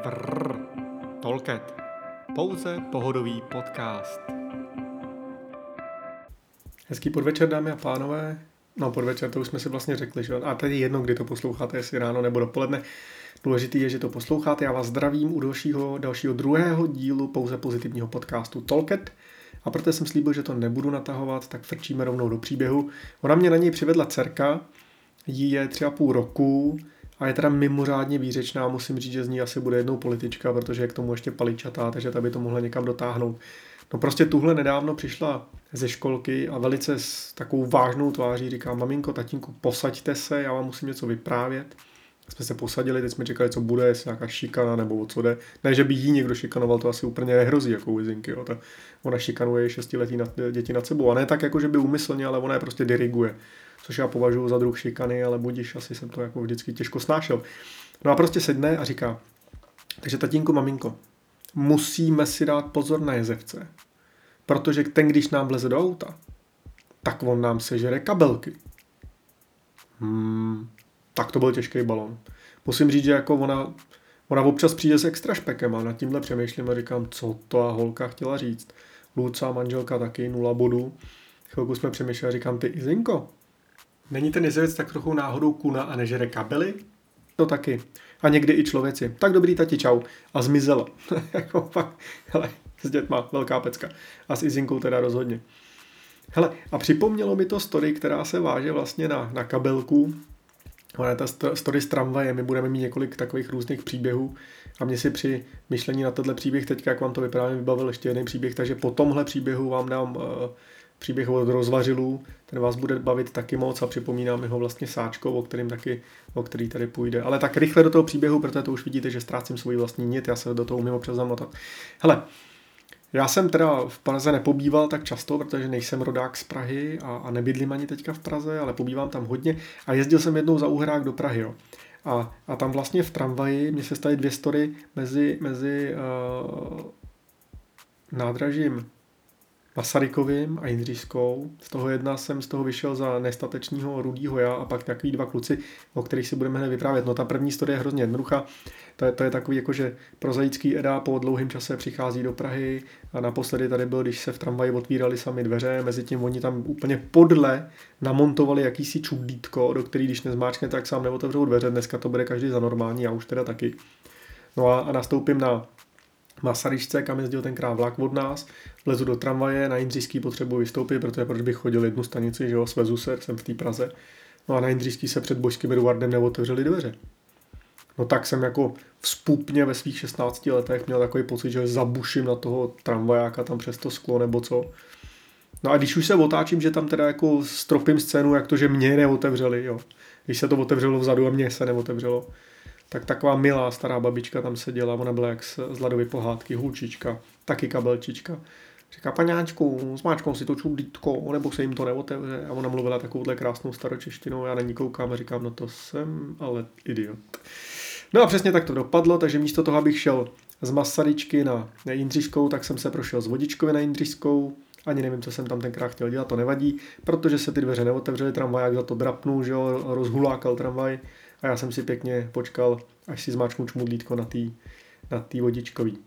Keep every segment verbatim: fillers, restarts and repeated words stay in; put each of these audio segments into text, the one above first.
Prrr, Tolket. Pouze pohodový podcast. Hezký podvečer, dámy a pánové. No, podvečer, to už jsme si vlastně řekli, že? A tady jedno, kdy to posloucháte, jestli ráno nebo dopoledne. Důležitý je, že to posloucháte. Já vás zdravím u dalšího, dalšího druhého dílu pouze pozitivního podcastu Tolket. A protože jsem slíbil, že to nebudu natahovat, tak frčíme rovnou do příběhu. Ona mě na něj přivedla dcerka, jí je tři a půl roku a je teda mimořádně výřečná. Musím říct, že z ní asi bude jednou politička, protože je k tomu ještě paličatá, takže ta by to mohla někam dotáhnout. No prostě tuhle nedávno přišla ze školky a velice s takovou vážnou tváří říká: maminko, tatínku, posaďte se, já vám musím něco vyprávět. Jsme se posadili, teď jsme čekali, co bude, jestli nějaká šikana nebo o co jde. Ne, že by jí někdo šikanoval, to asi úplně nehrozí jako u Izinky. Jo. Ta, ona šikanuje šestiletí nad, děti nad sebou. A ne tak, jako že by úmyslně, ale ona je prostě diriguje. Což já považuji za druh šikany, ale budiš, asi jsem to jako vždycky těžko snášel. No a prostě sedne a říká: takže tatínku, maminko, musíme si dát pozor na jezevce. Protože ten, když nám vleze do auta, tak on nám sežere kabelky. Hmm... Tak to byl těžký balon. Musím říct, že jako ona, ona občas přijde s extra špekem a nad tímhle přemýšlím a říkám, co to a holka chtěla říct. Luca, manželka taky, nula bodů. Chvilku jsme přemýšleli a říkám, ty Izinko, není ten jezevec tak trochu náhodou kuna a nežere kabely? To taky. A někdy i člověci. Tak dobrý, tati, čau. A zmizela. Jako fakt, hele, s dětma, velká pecka. A s Izinkou teda rozhodně. Hele, a připomnělo mi to story, která se váže vlastně na, na kabelku. Ale ta story z tramvaje, my budeme mít několik takových různých příběhů a mě si při myšlení na tenhle příběh teďka, jak vám to vyprávím, vybavil ještě jeden příběh, takže po tomhle příběhu vám dám uh, příběh od rozvařilů, ten vás bude bavit taky moc a připomínám ho vlastně sáčkou, o kterým taky, o který tady půjde. Ale tak rychle do toho příběhu, protože to už vidíte, že ztrácím svůj vlastní nit, já se do toho umím občas zamotat. Hele, já jsem teda v Praze nepobýval tak často, protože nejsem rodák z Prahy a, a nebydlím ani teďka v Praze, ale pobývám tam hodně a jezdil jsem jednou za Uhrák do Prahy. Jo. A, a tam vlastně v tramvaji mě se staly dvě story mezi, mezi uh, nádražím Masarykovým a Jindřišskou. Z toho jedna jsem z toho vyšel za nestatečního rudýho já a pak takový dva kluci, o kterých si budeme hned vyprávět. No ta první story je hrozně jednoduchá. To je, to je takový jakože prozaický Eda po dlouhém čase přichází do Prahy a naposledy tady byl, když se v tramvaji otvírali sami dveře, mezi tím oni tam úplně podle namontovali jakýsi čudlítko, do který když nezmáčkne, tak sám neotevřou dveře. Dneska to bude každý za normální, já už teda taky. No a, a nastoupím na Masaryčce, kam jezdil tenkrát vlak od nás, vlezu do tramvaje, na Jindřišský potřebuji vystoupit, protože proč bych chodil jednu stanici, že jo, svezu se, jsem v té Praze. No a na Jindřišský se před Božským Eduardem neotevřely dveře. No tak jsem jako vzpupně ve svých šestnácti letech měl takový pocit, že zabuším na toho tramvajáka tam přes to sklo nebo co. No a když už se otáčím, že tam teda jako stropím scénu, jak to, že mě neotevřeli, jo. Když se to otevřelo vzadu a mě se neotevřelo. Tak taková milá stará babička tam seděla, ona byla jak z Ladovy pohádky, hůčička, taky kabelčička. Říká, paňáčku, zmáčkou si to čudlítko, nebo se jim to neotevře. A ona mluvila takovouhle krásnou staročeštinou, já na ní koukám a říkám, no to jsem ale idiot. No a přesně tak to dopadlo, takže místo toho, abych šel z Masaryčky na Jindřišskou, tak jsem se prošel z Vodičkovy na Jindřišskou. Ani nevím, co jsem tam tenkrát chtěl dělat, to nevadí, protože se ty dveře neotevřely, tramvaják za to drapnul, že jo, rozhulákal tramvaj. A já jsem si pěkně počkal, až si zmáčknu čmudlítko na té na tý Vodičkový.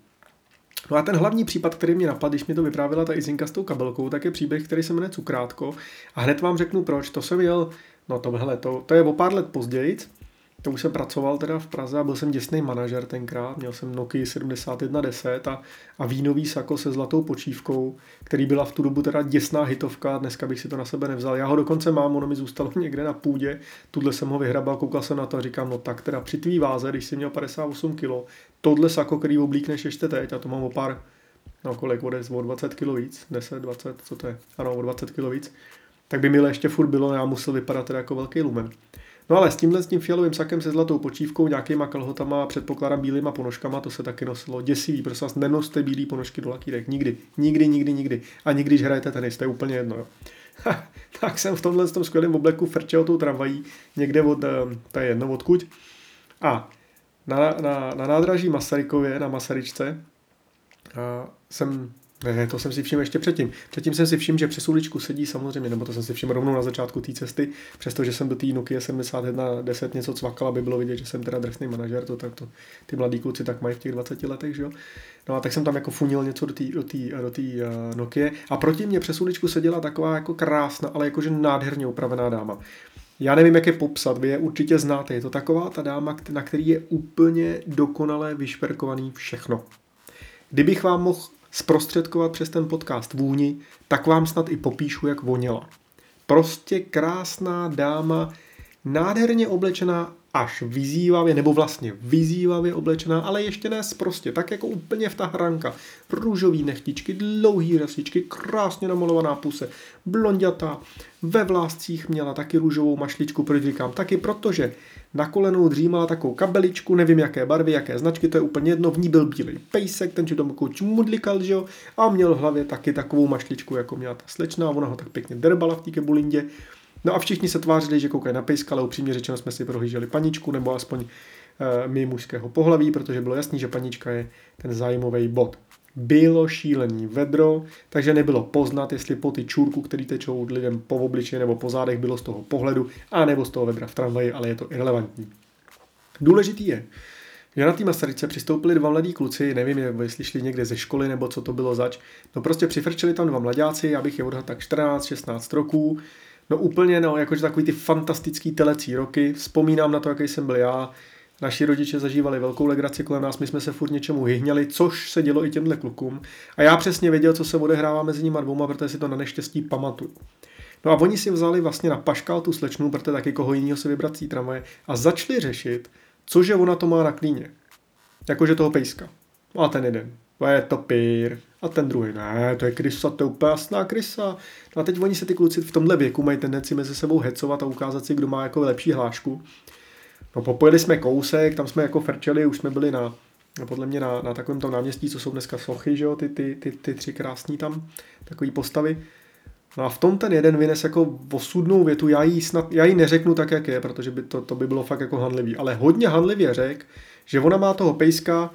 No a ten hlavní případ, který mě napadl, když mi to vyprávěla ta Izinka s tou kabelkou, tak je příběh, který se jmenuje Cukrátko. A hned vám řeknu proč. To jsem jel, no to, hele, to, to je o pár let později. To už jsem pracoval teda v Praze a byl jsem děsný manažer tenkrát. Měl jsem Nokia sedmdesát jedna deset a, a vínový sako se zlatou počívkou, který byla v tu dobu teda děsná hitovka. Dneska bych si to na sebe nevzal. Já ho dokonce mám, ono mi zůstalo někde na půdě. Tudle jsem ho vyhrabal, koukal jsem na to a říkám, no tak teda při tvý váze, když jsi měl padesát osm kilo, tohle sako, který oblíkneš ještě teď, a to mám o pár, no kolik, o dvacet kilo víc, deset, dvacet, co to je? Ano, o dvacet kilo víc. Tak by mi ještě furt bylo, já musel vypadat teda jako velký lumen. No ale s tímhle s tím fialovým sakem se zlatou počívkou, nějakýma kalhotama, předpokládám bílýma ponožkama, to se taky nosilo. Děsivý, prostě vás nenoste bílý ponožky do lakírek. Nikdy, nikdy, nikdy, nikdy. A nikdy, když hrajete tenis, to je úplně jedno. Jo. Tak jsem v tomhle tom skvělém obleku frčel tou tramvají někde od, to je jedno odkud. A na, na, na nádraží Masarykově, na Masaryčce, a jsem Ne, to jsem si všiml ještě předtím. Předtím jsem si všiml, že přes uličku sedí samozřejmě, nebo to jsem si všiml rovnou na začátku té cesty, přestože jsem do té Nokia sedmdesát jedna deset něco cvakal, aby bylo vidět, že jsem teda drsný manažer, to tak to ty mladí kluci tak mají v těch dvaceti letech, že jo. No a tak jsem tam jako funil něco do té do té do té uh, Nokia a proti mě přes uličku seděla taková jako krásná, ale jakože nádherně upravená dáma. Já nevím, jak je popsat, vy je určitě znáte, je to taková ta dáma, na který je úplně dokonale vyšperkovaný všechno. Kdybych vám mohl zprostředkovat přes ten podcast vůni, tak vám snad i popíšu, jak voněla. Prostě krásná dáma, nádherně oblečená až vyzývavě, nebo vlastně vyzývavě oblečená, ale ještě ne prostě, tak jako úplně v ta hranka. Růžový nechtičky, dlouhý rasičky, krásně namalovaná puse, blondětá, ve vláscích měla taky růžovou mašličku, proč říkám taky, protože na kolenou dřímala takovou kabeličku, nevím jaké barvy, jaké značky, to je úplně jedno, v ní byl bílej pejsek, ten či tomu čmudlikal, že jo, a měl v hlavě taky takovou mašličku, jako měla ta slečna, a ona ho tak pěkně drbala v té kebulindě. No a všichni se tvářili, že koukají na pejska, ale upřímně řečeno jsme si prohlíželi paničku, nebo aspoň e, my mužského pohlaví, protože bylo jasný, že panička je ten zájmový bod. Bylo šílený vedro, takže nebylo poznat, jestli po ty čůrku, který tečou lidem po obličeji nebo po zádech, bylo z toho pohledu, a nebo z toho vedra v tramvaji, ale je to irelevantní. Důležitý je, že na té Masaryce přistoupili dva mladí kluci, nevím, jestli šli někde ze školy, nebo co to bylo zač, no prostě přifrčeli tam dva mladáci, já bych je odhadl tak čtrnáct šestnáct roků. No úplně, no, jakože takový ty fantastický telecí roky. Vzpomínám na to, jaký jsem byl já. Naši rodiče zažívali velkou legraci kolem nás, my jsme se furt něčemu hyhňali, což se dělo i těmhle klukům. A já přesně věděl, co se odehrává mezi nimi dvouma, protože si to na neštěstí pamatuju. No a oni si vzali vlastně na paškal tu slečnu, protože taky koho jinýho se vybrat z tramvaje, a začali řešit, cože ona to má na klíně. Jakože toho pejska. A ten jeden. To je topír. A ten druhý, ne, to je krysa, to je úplně jasná krysa. No a teď oni se ty kluci v tomhle věku mají tendenci mezi sebou hecovat a ukázat si, kdo má jako lepší hlášku. No popojeli jsme kousek, tam jsme jako frčeli, už jsme byli na, podle mě na, na takovém tom náměstí, co jsou dneska sochy, že jo, ty, ty, ty, ty tři krásný tam, takový postavy. No a v tom ten jeden vynes jako osudnou větu, já ji, snad, já ji neřeknu tak, jak je, protože by to, to by bylo fakt jako hanlivý, ale hodně hanlivě řek, že ona má toho pejska,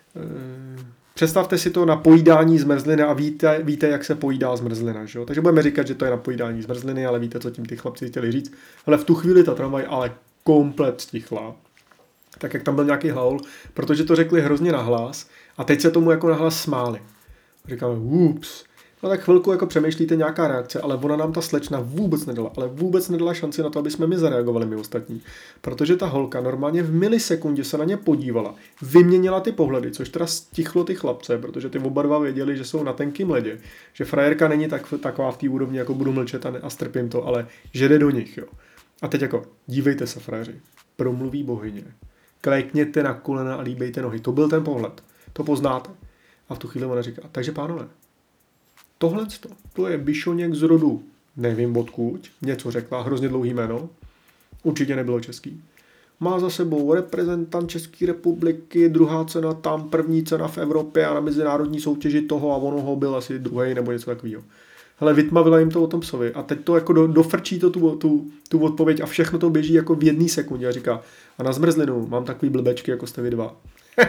e, představte si to na pojídání zmrzliny a víte, víte jak se pojídá zmrzlina, že jo? Takže budeme říkat, že to je na pojídání zmrzliny, ale víte, co tím ty chlapci chtěli říct. Ale v tu chvíli ta tramvaj ale komplet stichla. Tak jak tam byl nějaký hlaul, protože to řekli hrozně nahlas a teď se tomu jako nahlas smáli. Říkáme, ups. No tak chvilku jako přemýšlíte nějaká reakce, ale ona nám ta slečna vůbec nedala, ale vůbec nedala šanci na to, aby jsme my zareagovali, my ostatní. Protože ta holka normálně v milisekundě se na ně podívala, vyměnila ty pohledy, což teda stichlo ty chlapce, protože ty oba dva věděli, že jsou na tenkým ledě, že frajerka není tak, taková v té úrovni, jako budu mlčet a, ne, a strpím to, ale že jde do nich, jo. A teď jako, dívejte se, frajeři, promluví bohyně, klekněte na kolena a líbejte nohy, to byl ten pohled, to poznáte. A v tu chvíli ona říká, takže pánové, tohle to je Bišoněk z rodu, nevím odkud, něco řekla, hrozně dlouhý jméno, určitě nebylo český. Má za sebou reprezentant České republiky, druhá cena tam, první cena v Evropě a na mezinárodní soutěži toho a ono byl asi druhý nebo něco takového. Hele, vytmavila jim to o tom psovi a teď to jako do, dofrčí to tu, tu, tu odpověď a všechno to běží jako v jedné sekundě a říká, a na zmrzlinu mám takový blbečky, jako jste vy dva.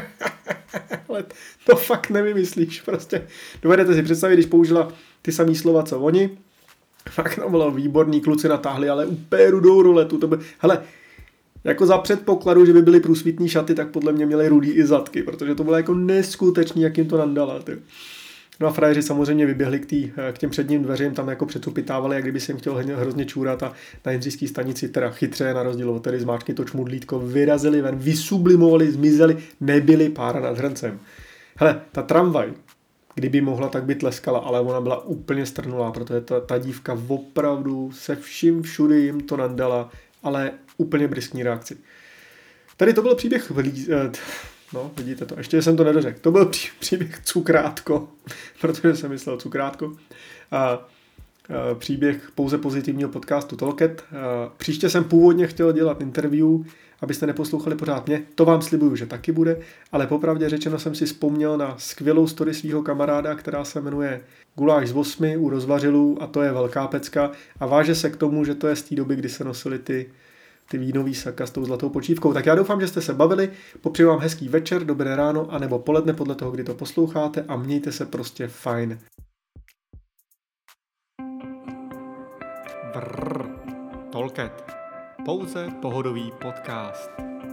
Ale to fakt nevymyslíš, prostě. Dovedete si představit, když použila ty samý slova, co oni, fakt to bylo výborný, kluci natáhli, ale úplně rudou ruletu, to by, hele, jako za předpokladu, že by byly průsvitný šaty, tak podle mě měly rudý i zadky, protože to bylo jako neskutečný, jak jim to nandala, ty. No a frajeři samozřejmě vyběhli k, tý, k těm předním dveřím, tam jako předupitávali, jak kdyby se jim chtěl hrozně čůrat a na Jindřišské stanici teda chytře, na rozdíl od tedy zmáčky to čmudlítko, vyrazili ven, vysublimovali, zmizeli, nebyli pára nad hrncem. Hele, ta tramvaj, kdyby mohla, tak by tleskala, ale ona byla úplně strnulá, protože ta, ta dívka opravdu se vším všudy jim to nandala, ale úplně briskní reakci. Tady to byl příběh No, vidíte to. Ještě jsem to nedořekl. To byl pří, příběh Cukrátko, protože jsem myslel Cukrátko. A, a příběh pouze pozitivního podcastu Tolket. A příště jsem původně chtěl dělat interview, abyste neposlouchali pořád mě. To vám slibuju, že taky bude, ale popravdě řečeno jsem si vzpomněl na skvělou story svého kamaráda, která se jmenuje Guláš z osmi u rozvařilů a to je velká pecka a váže se k tomu, že to je z té doby, kdy se nosily ty ty vínový saka s tou zlatou počívkou. Tak já doufám, že jste se bavili, popřeju vám hezký večer, dobré ráno, anebo poledne podle toho, kdy to posloucháte a mějte se prostě fajn. Brrr, Tolket. Pouze pohodový podcast.